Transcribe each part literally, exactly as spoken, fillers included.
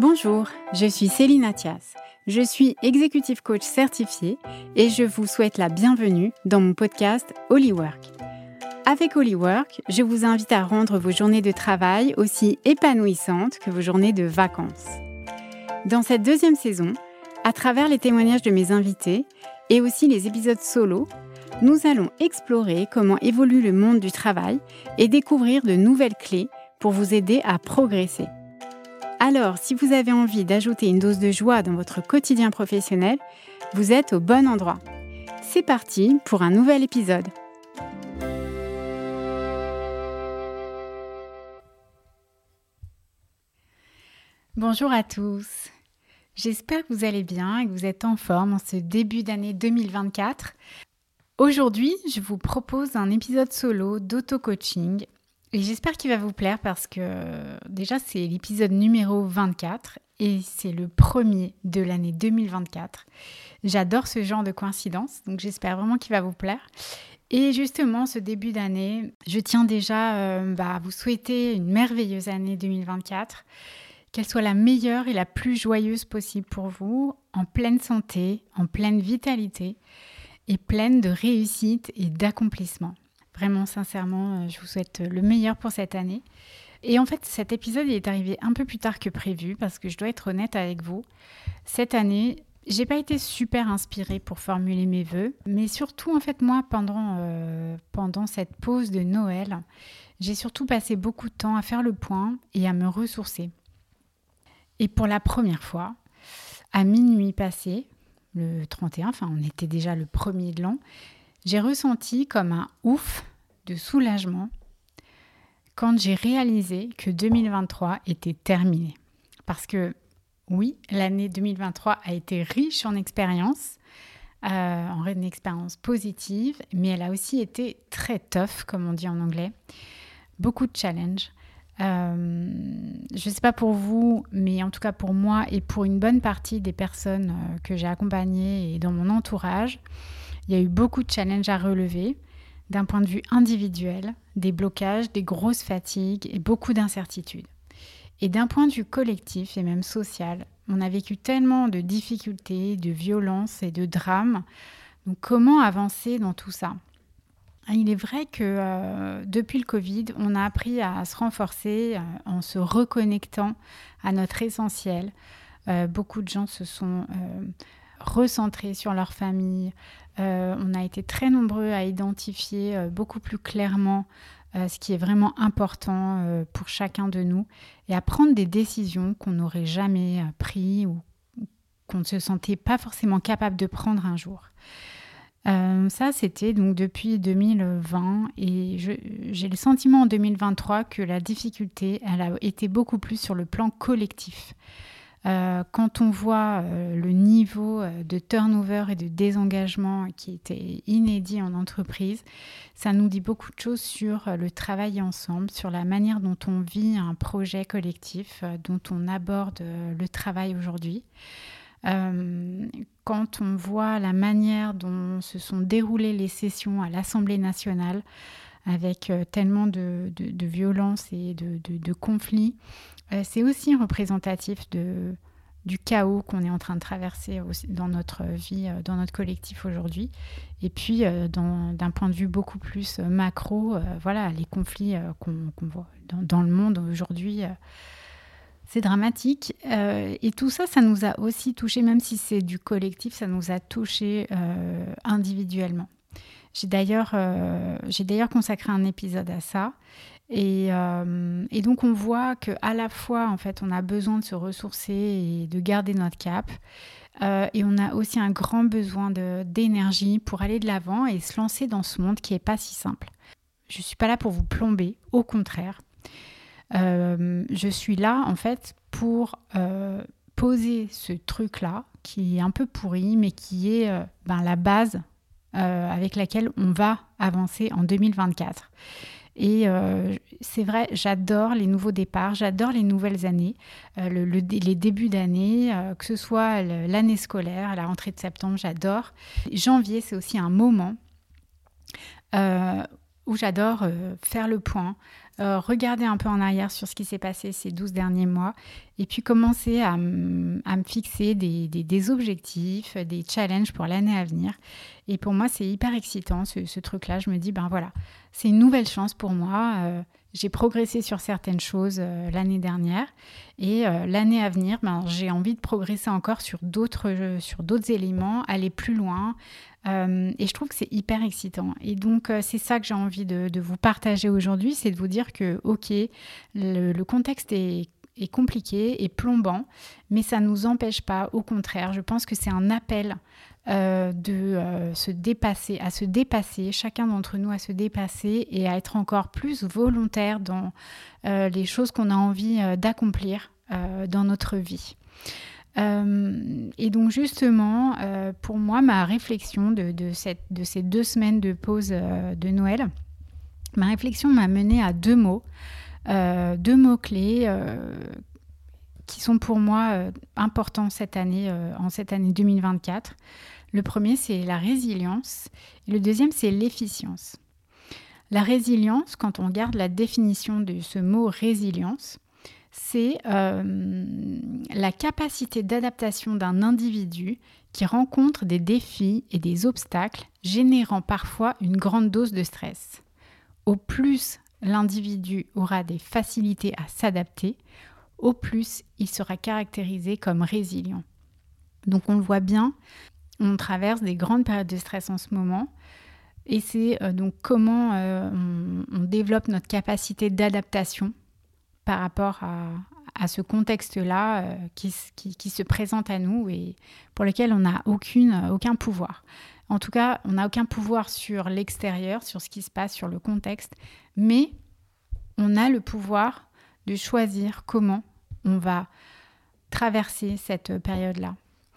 Bonjour, je suis Céline Athias. Je suis executive coach certifiée et je vous souhaite la bienvenue dans mon podcast Hollywork. Avec Hollywork, je vous invite à rendre vos journées de travail aussi épanouissantes que vos journées de vacances. Dans cette deuxième saison, à travers les témoignages de mes invités et aussi les épisodes solo, nous allons explorer comment évolue le monde du travail et découvrir de nouvelles clés pour vous aider à progresser. Alors, si vous avez envie d'ajouter une dose de joie dans votre quotidien professionnel, vous êtes au bon endroit. C'est parti pour un nouvel épisode. Bonjour à tous. J'espère que vous allez bien et que vous êtes en forme en ce début d'année deux mille vingt-quatre. Aujourd'hui, je vous propose un épisode solo d'auto-coaching. Et j'espère qu'il va vous plaire parce que déjà c'est l'épisode numéro vingt-quatre et c'est le premier de l'année deux mille vingt-quatre. J'adore ce genre de coïncidence, donc j'espère vraiment qu'il va vous plaire. Et justement, ce début d'année, je tiens déjà euh, bah, à vous souhaiter une merveilleuse année deux mille vingt-quatre, qu'elle soit la meilleure et la plus joyeuse possible pour vous, en pleine santé, en pleine vitalité et pleine de réussite et d'accomplissement. Vraiment, sincèrement, je vous souhaite le meilleur pour cette année. Et en fait, cet épisode il est arrivé un peu plus tard que prévu parce que je dois être honnête avec vous. Cette année, j'ai pas été super inspirée pour formuler mes vœux, mais surtout, en fait, moi, pendant, euh, pendant cette pause de Noël, j'ai surtout passé beaucoup de temps à faire le point et à me ressourcer. Et pour la première fois, à minuit passé, le trente et un, enfin, on était déjà le premier de l'an, j'ai ressenti comme un ouf de soulagement quand j'ai réalisé que deux mille vingt-trois était terminé. Parce que oui, l'année deux mille vingt-trois a été riche en expériences, euh, en une expérience positive, mais elle a aussi été très tough, comme on dit en anglais. Beaucoup de challenges. Euh, je ne sais pas pour vous, mais en tout cas pour moi et pour une bonne partie des personnes euh, que j'ai accompagnées et dans mon entourage, il y a eu beaucoup de challenges à relever d'un point de vue individuel, des blocages, des grosses fatigues et beaucoup d'incertitudes. Et d'un point de vue collectif et même social, on a vécu tellement de difficultés, de violences et de drames. Donc comment avancer dans tout ça ? Il est vrai que euh, depuis le Covid, on a appris à se renforcer euh, en se reconnectant à notre essentiel. Euh, beaucoup de gens se sont euh, recentrés sur leur famille. Euh, on a été très nombreux à identifier euh, beaucoup plus clairement euh, ce qui est vraiment important euh, pour chacun de nous et à prendre des décisions qu'on n'aurait jamais euh, prises ou qu'on ne se sentait pas forcément capable de prendre un jour. Euh, ça, c'était donc depuis deux mille vingt et je, j'ai le sentiment en deux mille vingt-trois que la difficulté, elle a été beaucoup plus sur le plan collectif. Euh, quand on voit euh, le niveau de turnover et de désengagement qui était inédit en entreprise, ça nous dit beaucoup de choses sur le travail ensemble, sur la manière dont on vit un projet collectif, euh, dont on aborde euh, le travail aujourd'hui. Euh, quand on voit la manière dont se sont déroulées les sessions à l'Assemblée nationale, avec euh, tellement de, de, de violence et de, de, de conflits, euh, c'est aussi représentatif de, du chaos qu'on est en train de traverser aussi dans notre vie, euh, dans notre collectif aujourd'hui. Et puis, euh, dans, d'un point de vue beaucoup plus euh, macro, euh, voilà, les conflits euh, qu'on, qu'on voit dans, dans le monde aujourd'hui, euh, c'est dramatique. Euh, et tout ça, ça nous a aussi touchés, même si c'est du collectif, ça nous a touchés euh, individuellement. J'ai d'ailleurs, euh, j'ai d'ailleurs consacré un épisode à ça. Et, euh, et donc, on voit qu'à la fois, en fait, on a besoin de se ressourcer et de garder notre cap. Euh, et on a aussi un grand besoin de, d'énergie pour aller de l'avant et se lancer dans ce monde qui n'est pas si simple. Je ne suis pas là pour vous plomber, au contraire. Euh, je suis là, en fait, pour euh, poser ce truc-là, qui est un peu pourri, mais qui est euh, ben, la base euh, avec laquelle on va avancer en deux mille vingt-quatre. Et euh, c'est vrai, j'adore les nouveaux départs, j'adore les nouvelles années, euh, le, le, les débuts d'année, euh, que ce soit l'année scolaire, la rentrée de septembre, j'adore. Janvier, c'est aussi un moment euh, où j'adore euh, faire le point, euh, regarder un peu en arrière sur ce qui s'est passé ces douze derniers mois et puis commencer à, m- à me fixer des, des- des objectifs, des challenges pour l'année à venir. Et pour moi, c'est hyper excitant ce, ce truc-là. Je me dis, ben voilà, c'est une nouvelle chance pour moi. Euh, j'ai progressé sur certaines choses euh, l'année dernière et euh, l'année à venir, ben, j'ai envie de progresser encore sur d'autres, euh, sur d'autres éléments, aller plus loin. Euh, et je trouve que c'est hyper excitant. Et donc, euh, c'est ça que j'ai envie de, de vous partager aujourd'hui, c'est de vous dire que, ok, le, le contexte est, est compliqué et plombant, mais ça ne nous empêche pas, au contraire, je pense que c'est un appel euh, de euh, se dépasser, à se dépasser, chacun d'entre nous à se dépasser et à être encore plus volontaire dans euh, les choses qu'on a envie euh, d'accomplir euh, dans notre vie. Euh, et donc justement, euh, pour moi, ma réflexion de, de, cette, de ces deux semaines de pause euh, de Noël, ma réflexion m'a menée à deux mots, euh, deux mots-clés euh, qui sont pour moi euh, importants cette année, euh, en cette année deux mille vingt-quatre. Le premier, c'est la résilience et le deuxième, c'est l'efficience. La résilience, quand on regarde la définition de ce mot résilience, c'est euh, la capacité d'adaptation d'un individu qui rencontre des défis et des obstacles, générant parfois une grande dose de stress. Au plus l'individu aura des facilités à s'adapter, au plus il sera caractérisé comme résilient. Donc on le voit bien, on traverse des grandes périodes de stress en ce moment. Et c'est euh, donc comment euh, on, on développe notre capacité d'adaptation par rapport à, à ce contexte-là euh, qui, qui, qui se présente à nous et pour lequel on n'a aucune, aucun pouvoir. En tout cas, on n'a aucun pouvoir sur l'extérieur, sur ce qui se passe, sur le contexte, mais on a le pouvoir de choisir comment on va traverser cette période-là.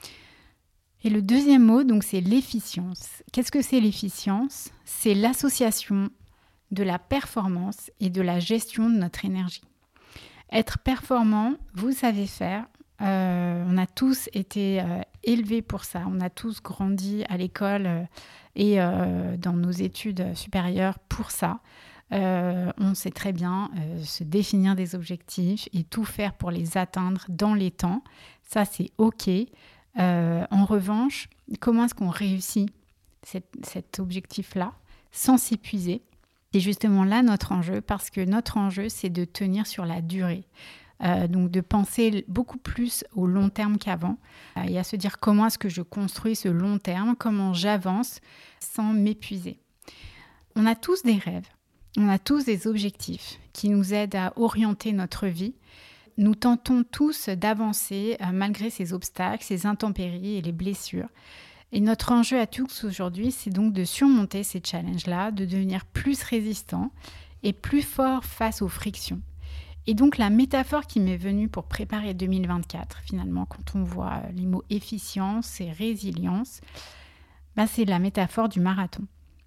Et le deuxième mot, donc, c'est l'efficience. Qu'est-ce que c'est l'efficience ? C'est l'association de la performance et de la gestion de notre énergie. Être performant, vous savez faire. Euh, on a tous été euh, élevés pour ça. On a tous grandi à l'école euh, et euh, dans nos études supérieures pour ça. Euh, on sait très bien euh, se définir des objectifs et tout faire pour les atteindre dans les temps. Ça, c'est OK. Euh, en revanche, comment est-ce qu'on réussit cet, cet objectif-là sans s'épuiser ? C'est justement là notre enjeu, parce que notre enjeu, c'est de tenir sur la durée. Euh, donc de penser beaucoup plus au long terme qu'avant euh, et à se dire comment est-ce que je construis ce long terme, comment j'avance sans m'épuiser. On a tous des rêves, on a tous des objectifs qui nous aident à orienter notre vie. Nous tentons tous d'avancer euh, malgré ces obstacles, ces intempéries et les blessures. Et notre enjeu à tous aujourd'hui, c'est donc de surmonter ces challenges-là, de devenir plus résistant et plus fort face aux frictions. Et donc la métaphore qui m'est venue pour préparer deux mille vingt-quatre, finalement, quand on voit les mots efficience et résilience, ben c'est la métaphore du marathon.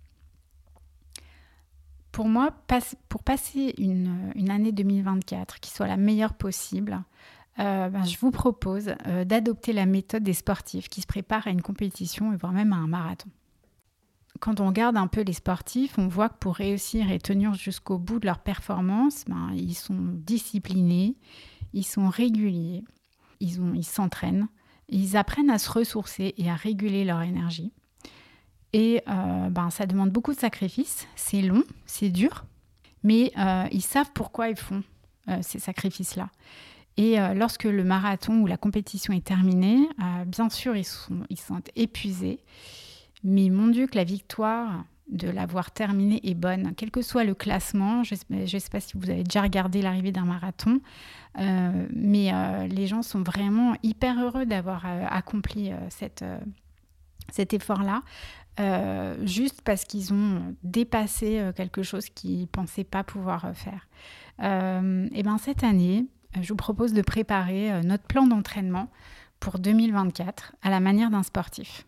Pour moi, pour passer une, une année deux mille vingt-quatre qui soit la meilleure possible, euh, ben, je vous propose euh, d'adopter la méthode des sportifs qui se préparent à une compétition et voire même à un marathon. Quand on regarde un peu les sportifs, on voit que pour réussir et tenir jusqu'au bout de leur performance, ben, ils sont disciplinés, ils sont réguliers, ils, ont, ils s'entraînent, ils apprennent à se ressourcer et à réguler leur énergie. Et euh, ben, ça demande beaucoup de sacrifices, c'est long, c'est dur, mais euh, ils savent pourquoi ils font euh, ces sacrifices-là. Et euh, lorsque le marathon ou la compétition est terminée, euh, bien sûr, ils sont, ils sont épuisés, mais mon Dieu que la victoire de l'avoir terminé est bonne. Quel que soit le classement, je ne sais pas si vous avez déjà regardé l'arrivée d'un marathon, euh, mais euh, les gens sont vraiment hyper heureux d'avoir euh, accompli euh, cette, euh, cet effort-là. Euh, juste parce qu'ils ont dépassé euh, quelque chose qu'ils ne pensaient pas pouvoir euh, faire. Euh, et ben cette année, je vous propose de préparer euh, notre plan d'entraînement pour deux mille vingt-quatre à la manière d'un sportif.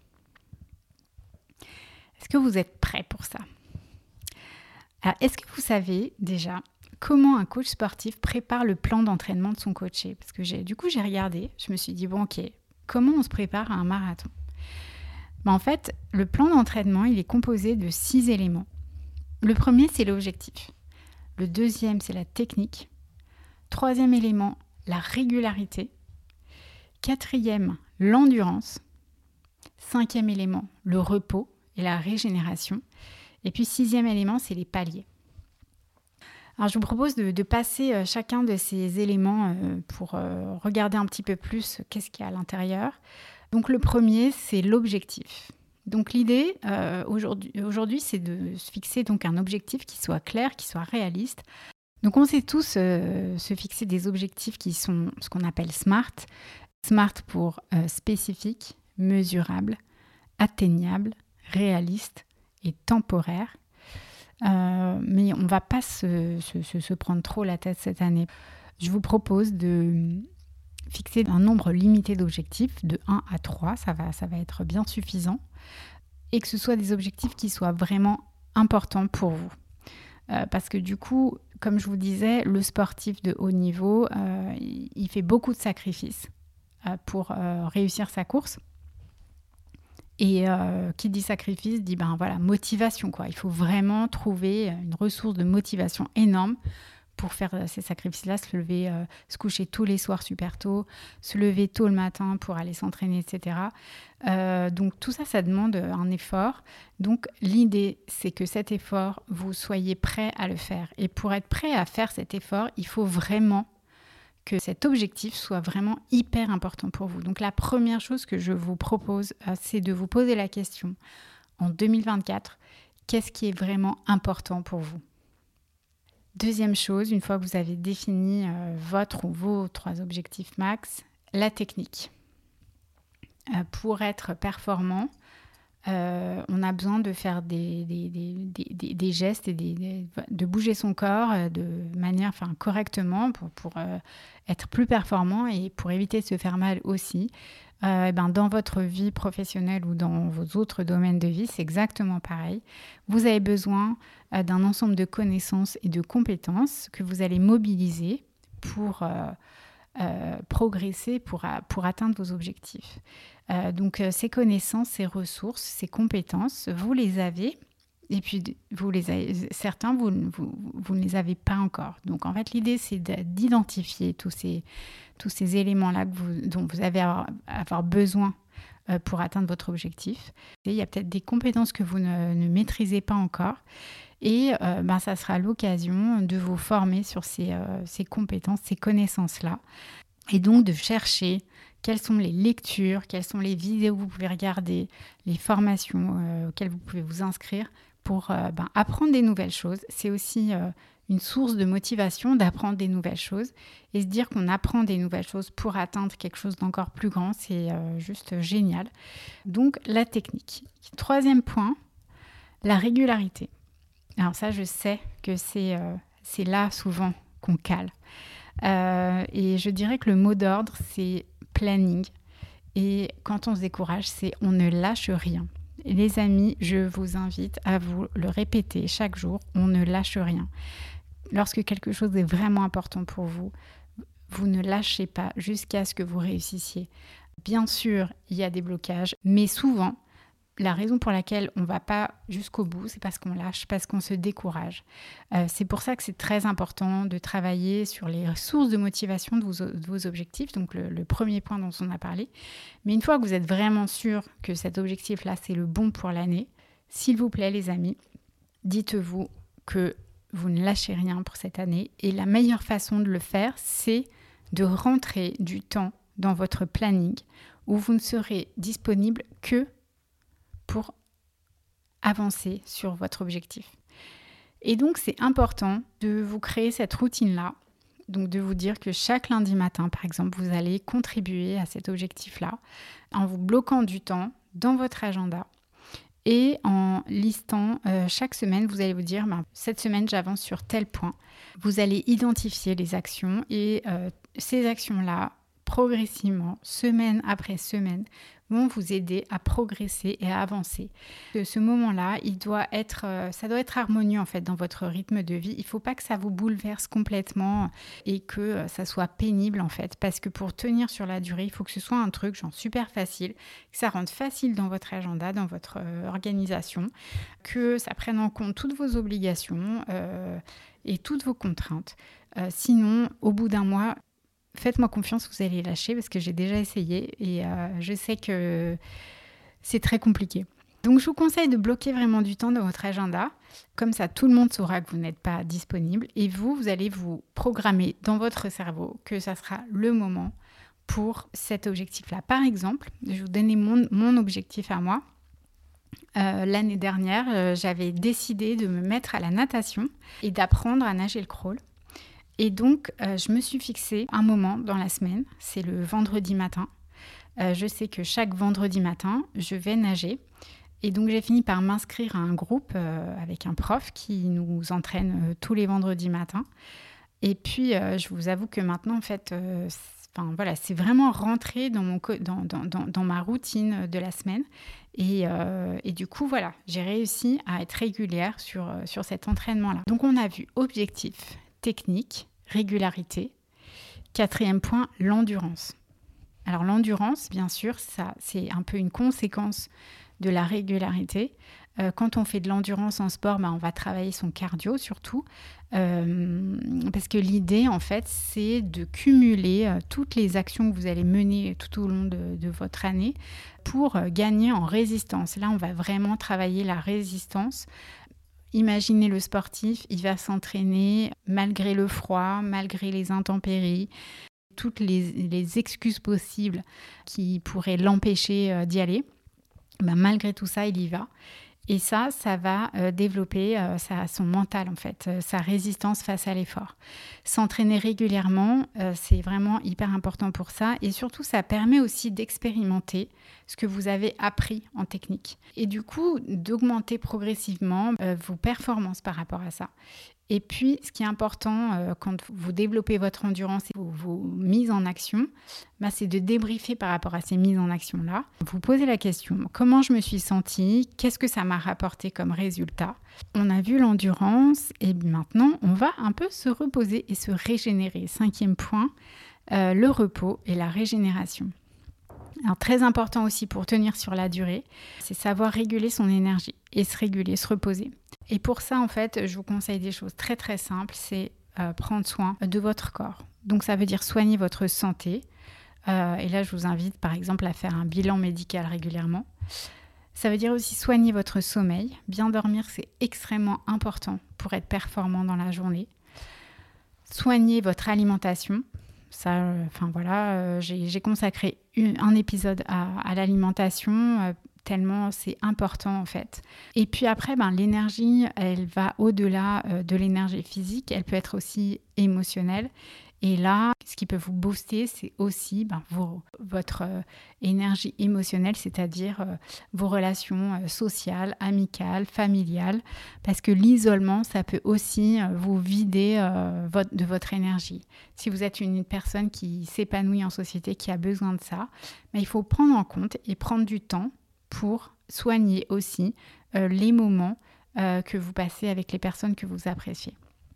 Est-ce que vous êtes prêts pour ça ? Alors, est-ce que vous savez déjà comment un coach sportif prépare le plan d'entraînement de son coaché ? Parce que j'ai, du coup, j'ai regardé, je me suis dit, bon ok, comment on se prépare à un marathon ? Ben, en fait, le plan d'entraînement, il est composé de six éléments. Le premier, c'est l'objectif. Le deuxième, c'est la technique. Troisième élément, la régularité. Quatrième, l'endurance. Cinquième élément, le repos et la régénération. Et puis sixième élément, c'est les paliers. Alors, je vous propose de, de passer euh, chacun de ces éléments euh, pour euh, regarder un petit peu plus qu'est-ce qu'il y a à l'intérieur. Donc, le premier, c'est l'objectif. Donc, l'idée euh, aujourd'hui, aujourd'hui, c'est de se fixer donc, un objectif qui soit clair, qui soit réaliste. Donc, on sait tous euh, se fixer des objectifs qui sont ce qu'on appelle SMART. SMART pour euh, spécifique, mesurable, atteignable, réaliste et temporaire. Euh, mais on ne va pas se, se, se, se prendre trop la tête cette année. Je vous propose de fixer un nombre limité d'objectifs, de un à trois, ça va, ça va être bien suffisant, et que ce soit des objectifs qui soient vraiment importants pour vous. Euh, parce que du coup, comme je vous disais, le sportif de haut niveau, euh, il fait beaucoup de sacrifices euh, pour euh, réussir sa course. Et euh, qui dit sacrifice dit ben voilà, motivation, quoi. Il faut vraiment trouver une ressource de motivation énorme pour faire ces sacrifices-là, se lever, euh, se coucher tous les soirs super tôt, se lever tôt le matin pour aller s'entraîner, et cetera. Euh, donc tout ça, ça demande un effort. Donc l'idée, c'est que cet effort, vous soyez prêt à le faire. Et pour être prêt à faire cet effort, il faut vraiment que cet objectif soit vraiment hyper important pour vous. Donc la première chose que je vous propose, euh, c'est de vous poser la question, en deux mille vingt-quatre, qu'est-ce qui est vraiment important pour vous ? Deuxième chose, une fois que vous avez défini euh, votre ou vos trois objectifs max, la technique. Euh, pour être performant, euh, on a besoin de faire des, des, des, des, des gestes et des, des, de bouger son corps euh, de manière enfin, correctement pour, pour euh, être plus performant et pour éviter de se faire mal aussi. Euh, et ben, dans votre vie professionnelle ou dans vos autres domaines de vie, c'est exactement pareil. Vous avez besoin euh, d'un ensemble de connaissances et de compétences que vous allez mobiliser pour euh, euh, progresser, pour, pour atteindre vos objectifs. Euh, donc, euh, ces connaissances, ces ressources, ces compétences, vous les avez. Et puis, vous les avez, certains, vous, vous, vous ne les avez pas encore. Donc, en fait, l'idée, c'est d'identifier tous ces, tous ces éléments-là que vous, dont vous allez avoir, avoir besoin euh, pour atteindre votre objectif. Et il y a peut-être des compétences que vous ne, ne maîtrisez pas encore. Et euh, ben, ça sera l'occasion de vous former sur ces, euh, ces compétences, ces connaissances-là. Et donc, de chercher quelles sont les lectures, quelles sont les vidéos que vous pouvez regarder, les formations euh, auxquelles vous pouvez vous inscrire pour euh, ben, apprendre des nouvelles choses. C'est aussi euh, une source de motivation d'apprendre des nouvelles choses et se dire qu'on apprend des nouvelles choses pour atteindre quelque chose d'encore plus grand, c'est euh, juste génial. Donc, la technique. Troisième point, la régularité. Alors ça, je sais que c'est, euh, c'est là souvent qu'on cale. Euh, et je dirais que le mot d'ordre, c'est planning. Et quand on se décourage, c'est on ne lâche rien. Et les amis, je vous invite à vous le répéter chaque jour, on ne lâche rien. Lorsque quelque chose est vraiment important pour vous, vous ne lâchez pas jusqu'à ce que vous réussissiez. Bien sûr, il y a des blocages, mais souvent, la raison pour laquelle on ne va pas jusqu'au bout, c'est parce qu'on lâche, parce qu'on se décourage. Euh, c'est pour ça que c'est très important de travailler sur les sources de motivation de vos, de vos objectifs, donc le, le premier point dont on a parlé. Mais une fois que vous êtes vraiment sûr que cet objectif-là, c'est le bon pour l'année, s'il vous plaît les amis, dites-vous que vous ne lâchez rien pour cette année. Et la meilleure façon de le faire, c'est de rentrer du temps dans votre planning où vous ne serez disponible que pour avancer sur votre objectif. Et donc, c'est important de vous créer cette routine-là, donc de vous dire que chaque lundi matin, par exemple, vous allez contribuer à cet objectif-là en vous bloquant du temps dans votre agenda et en listant euh, chaque semaine, vous allez vous dire ben, cette semaine, j'avance sur tel point. Vous allez identifier les actions et euh, ces actions-là, progressivement, semaine après semaine, vont vous aider à progresser et à avancer. De ce moment-là, il doit être, euh, ça doit être harmonieux en fait dans votre rythme de vie. Il ne faut pas que ça vous bouleverse complètement et que euh, ça soit pénible en fait. Parce que pour tenir sur la durée, il faut que ce soit un truc genre super facile, que ça rentre facile dans votre agenda, dans votre euh, organisation, que ça prenne en compte toutes vos obligations euh, et toutes vos contraintes. Euh, sinon, au bout d'un mois, faites-moi confiance, vous allez lâcher parce que j'ai déjà essayé et euh, je sais que c'est très compliqué. Donc, je vous conseille de bloquer vraiment du temps dans votre agenda. Comme ça, tout le monde saura que vous n'êtes pas disponible et vous, vous allez vous programmer dans votre cerveau que ça sera le moment pour cet objectif-là. Par exemple, je vais vous donner mon, mon objectif à moi. Euh, l'année dernière, euh, j'avais décidé de me mettre à la natation et d'apprendre à nager le crawl. Et donc, euh, je me suis fixé un moment dans la semaine, c'est le vendredi matin. Euh, je sais que chaque vendredi matin, je vais nager. Et donc, j'ai fini par m'inscrire à un groupe euh, avec un prof qui nous entraîne euh, tous les vendredis matins. Et puis, euh, je vous avoue que maintenant, en fait, euh, c'est, enfin, voilà, c'est vraiment rentré dans, mon co- dans, dans, dans, dans ma routine de la semaine. Et, euh, et du coup, voilà, j'ai réussi à être régulière sur, euh, sur cet entraînement-là. Donc, on a vu objectif, technique, régularité. Quatrième point, l'endurance. Alors l'endurance, bien sûr, ça, c'est un peu une conséquence de la régularité. Euh, quand on fait de l'endurance en sport, bah, on va travailler son cardio surtout. Euh, parce que l'idée, en fait, c'est de cumuler euh, toutes les actions que vous allez mener tout au long de, de votre année pour euh, gagner en résistance. Là, on va vraiment travailler la résistance. Imaginez le sportif, il va s'entraîner malgré le froid, malgré les intempéries, toutes les, les excuses possibles qui pourraient l'empêcher euh, d'y aller. Ben, malgré tout ça, il y va. Et ça, ça va euh, développer euh, sa, son mental, en fait, euh, sa résistance face à l'effort. S'entraîner régulièrement, euh, c'est vraiment hyper important pour ça. Et surtout, ça permet aussi d'expérimenter ce que vous avez appris en technique. Et du coup, d'augmenter progressivement euh, vos performances par rapport à ça. Et puis, ce qui est important euh, quand vous développez votre endurance et vos, vos mises en action, bah, c'est de débriefer par rapport à ces mises en action-là. Vous posez la question, comment je me suis sentie? Qu'est-ce que ça m'a rapporté comme résultat? On a vu l'endurance et maintenant, on va un peu se reposer et se régénérer. Cinquième point, euh, le repos et la régénération. Alors, très important aussi pour tenir sur la durée, c'est savoir réguler son énergie et se réguler, se reposer. Et pour ça, en fait, je vous conseille des choses très très simples, c'est euh, prendre soin de votre corps. Donc ça veut dire soigner votre santé. Euh, et là, je vous invite par exemple à faire un bilan médical régulièrement. Ça veut dire aussi soigner votre sommeil. Bien dormir, c'est extrêmement important pour être performant dans la journée. Soigner votre alimentation. Ça, euh, enfin voilà, euh, j'ai, j'ai consacré une, un épisode à, à l'alimentation, euh, tellement c'est important en fait. Et puis après, ben, l'énergie, elle va au-delà euh, de l'énergie physique, elle peut être aussi émotionnelle. Et là, ce qui peut vous booster, c'est aussi ben, vos, votre euh, énergie émotionnelle, c'est-à-dire euh, vos relations euh, sociales, amicales, familiales, parce que l'isolement, ça peut aussi euh, vous vider euh, votre, de votre énergie. Si vous êtes une personne qui s'épanouit en société, qui a besoin de ça, ben, il faut prendre en compte et prendre du temps pour soigner aussi euh, les moments euh, que vous passez avec les personnes que vous appréciez.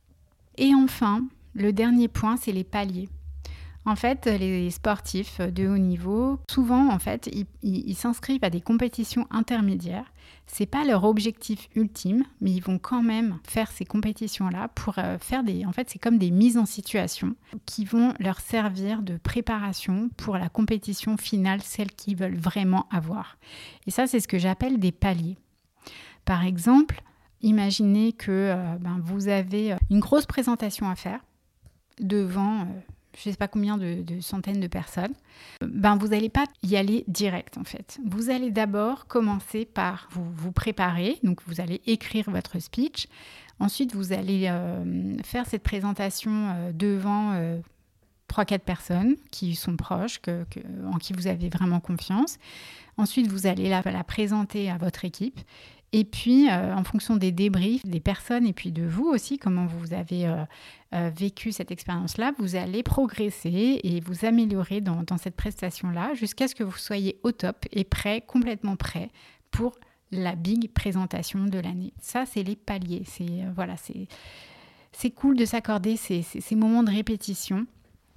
Et enfin, le dernier point, c'est les paliers. En fait, les sportifs de haut niveau, souvent, en fait, ils, ils, ils s'inscrivent à des compétitions intermédiaires. C'est pas leur objectif ultime, mais ils vont quand même faire ces compétitions-là pour euh, faire des... En fait, c'est comme des mises en situation qui vont leur servir de préparation pour la compétition finale, celle qu'ils veulent vraiment avoir. Et ça, c'est ce que j'appelle des paliers. Par exemple, imaginez que euh, ben, vous avez une grosse présentation à faire devant... Euh, je ne sais pas combien de, de centaines de personnes, ben vous n'allez pas y aller direct en fait. Vous allez d'abord commencer par vous, vous préparer, donc vous allez écrire votre speech. Ensuite, vous allez euh, faire cette présentation euh, devant euh, trois quatre personnes qui sont proches, que, que, en qui vous avez vraiment confiance. Ensuite, vous allez la, la présenter à votre équipe. Et puis, euh, en fonction des débriefs des personnes et puis de vous aussi, comment vous avez euh, euh, vécu cette expérience-là, vous allez progresser et vous améliorer dans, dans cette prestation-là jusqu'à ce que vous soyez au top et prêt, complètement prêt pour la big présentation de l'année. Ça, c'est les paliers. C'est, euh, voilà, c'est, c'est cool de s'accorder ces, ces, ces moments de répétition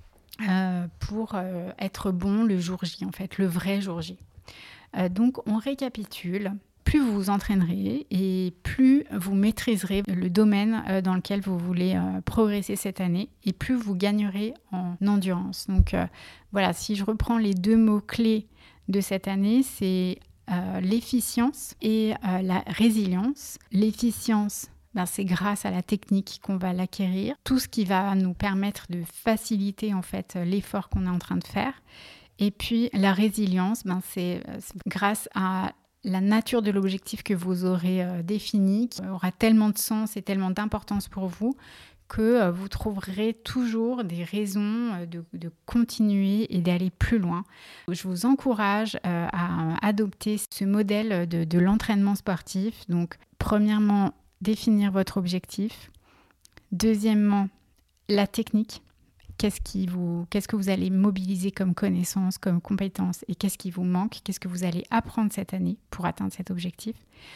euh, pour euh, être bon le jour J, en fait, le vrai jour J. Euh, donc, on récapitule. Plus vous vous entraînerez et plus vous maîtriserez le domaine dans lequel vous voulez progresser cette année et plus vous gagnerez en endurance. Donc euh, voilà, si je reprends les deux mots-clés de cette année, c'est euh, l'efficience et euh, la résilience. L'efficience, ben, c'est grâce à la technique qu'on va l'acquérir, tout ce qui va nous permettre de faciliter en fait l'effort qu'on est en train de faire. Et puis la résilience, ben, c'est, c'est grâce à la nature de l'objectif que vous aurez euh, défini, qui aura tellement de sens et tellement d'importance pour vous que euh, vous trouverez toujours des raisons euh, de, de continuer et d'aller plus loin. Je vous encourage euh, à adopter ce modèle de, de l'entraînement sportif. Donc, premièrement, définir votre objectif. Deuxièmement, la technique. Qu'est-ce, qui vous, qu'est-ce que vous allez mobiliser comme connaissances, comme compétences et qu'est-ce qui vous manque, qu'est-ce que vous allez apprendre cette année pour atteindre cet objectif.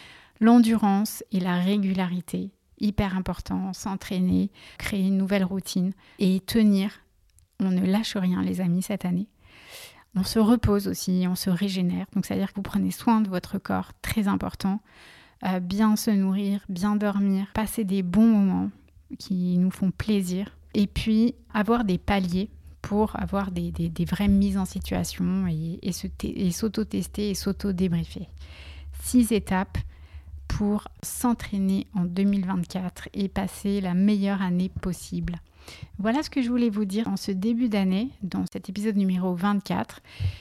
L'endurance et la régularité, hyper important, s'entraîner, créer une nouvelle routine et tenir. On ne lâche rien les amis cette année. On se repose aussi, on se régénère, donc c'est-à-dire que vous prenez soin de votre corps, très important. Euh, bien se nourrir, bien dormir, passer des bons moments qui nous font plaisir. Et puis, avoir des paliers pour avoir des, des, des vraies mises en situation et, et, se te, et s'auto-tester et s'auto-débriefer. Six étapes pour s'entraîner en deux mille vingt-quatre et passer la meilleure année possible. Voilà ce que je voulais vous dire en ce début d'année, dans cet épisode numéro vingt-quatre.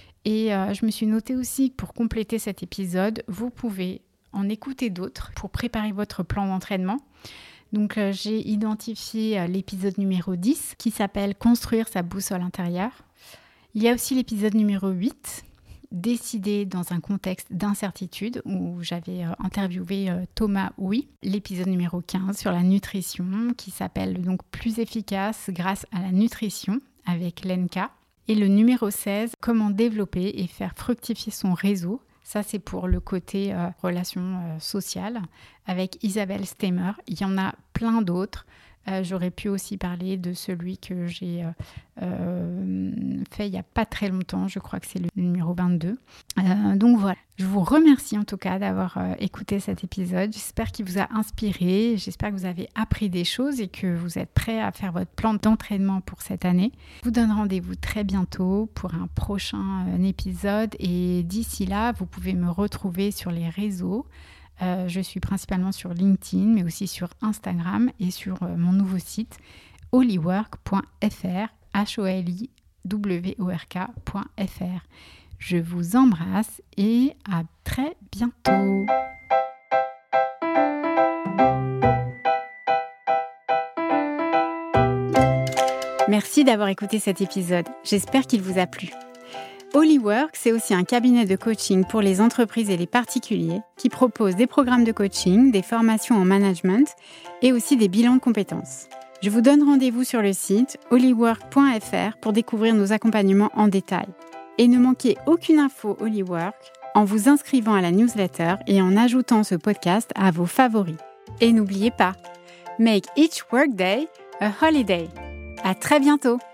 Et euh, je me suis notée aussi, pour compléter cet épisode, vous pouvez en écouter d'autres pour préparer votre plan d'entraînement. Donc, euh, j'ai identifié euh, l'épisode numéro dix qui s'appelle « Construire sa boussole intérieure ». Il y a aussi l'épisode numéro huit, « Décider dans un contexte d'incertitude » où j'avais euh, interviewé euh, Thomas Houy. L'épisode numéro quinze sur la nutrition qui s'appelle donc « Plus efficace grâce à la nutrition » avec Lenka. Et le numéro seize, « Comment développer et faire fructifier son réseau ». Ça, c'est pour le côté euh, relations euh, sociales avec Isabelle Stemmer. Il y en a plein d'autres. Euh, j'aurais pu aussi parler de celui que j'ai euh, euh, fait il n'y a pas très longtemps. Je crois que c'est le numéro vingt-deux. Euh, donc voilà, je vous remercie en tout cas d'avoir euh, écouté cet épisode. J'espère qu'il vous a inspiré. J'espère que vous avez appris des choses et que vous êtes prêts à faire votre plan d'entraînement pour cette année. Je vous donne rendez-vous très bientôt pour un prochain euh, épisode. Et d'ici là, vous pouvez me retrouver sur les réseaux. Euh, je suis principalement sur LinkedIn, mais aussi sur Instagram et sur euh, mon nouveau site holywork point f r, H O L I W O R K point F R. Je vous embrasse et à très bientôt. Merci d'avoir écouté cet épisode. J'espère qu'il vous a plu. Holywork, c'est aussi un cabinet de coaching pour les entreprises et les particuliers qui propose des programmes de coaching, des formations en management et aussi des bilans de compétences. Je vous donne rendez-vous sur le site holywork point f r pour découvrir nos accompagnements en détail. Et ne manquez aucune info Holywork en vous inscrivant à la newsletter et en ajoutant ce podcast à vos favoris. Et n'oubliez pas, make each workday a holiday. À très bientôt!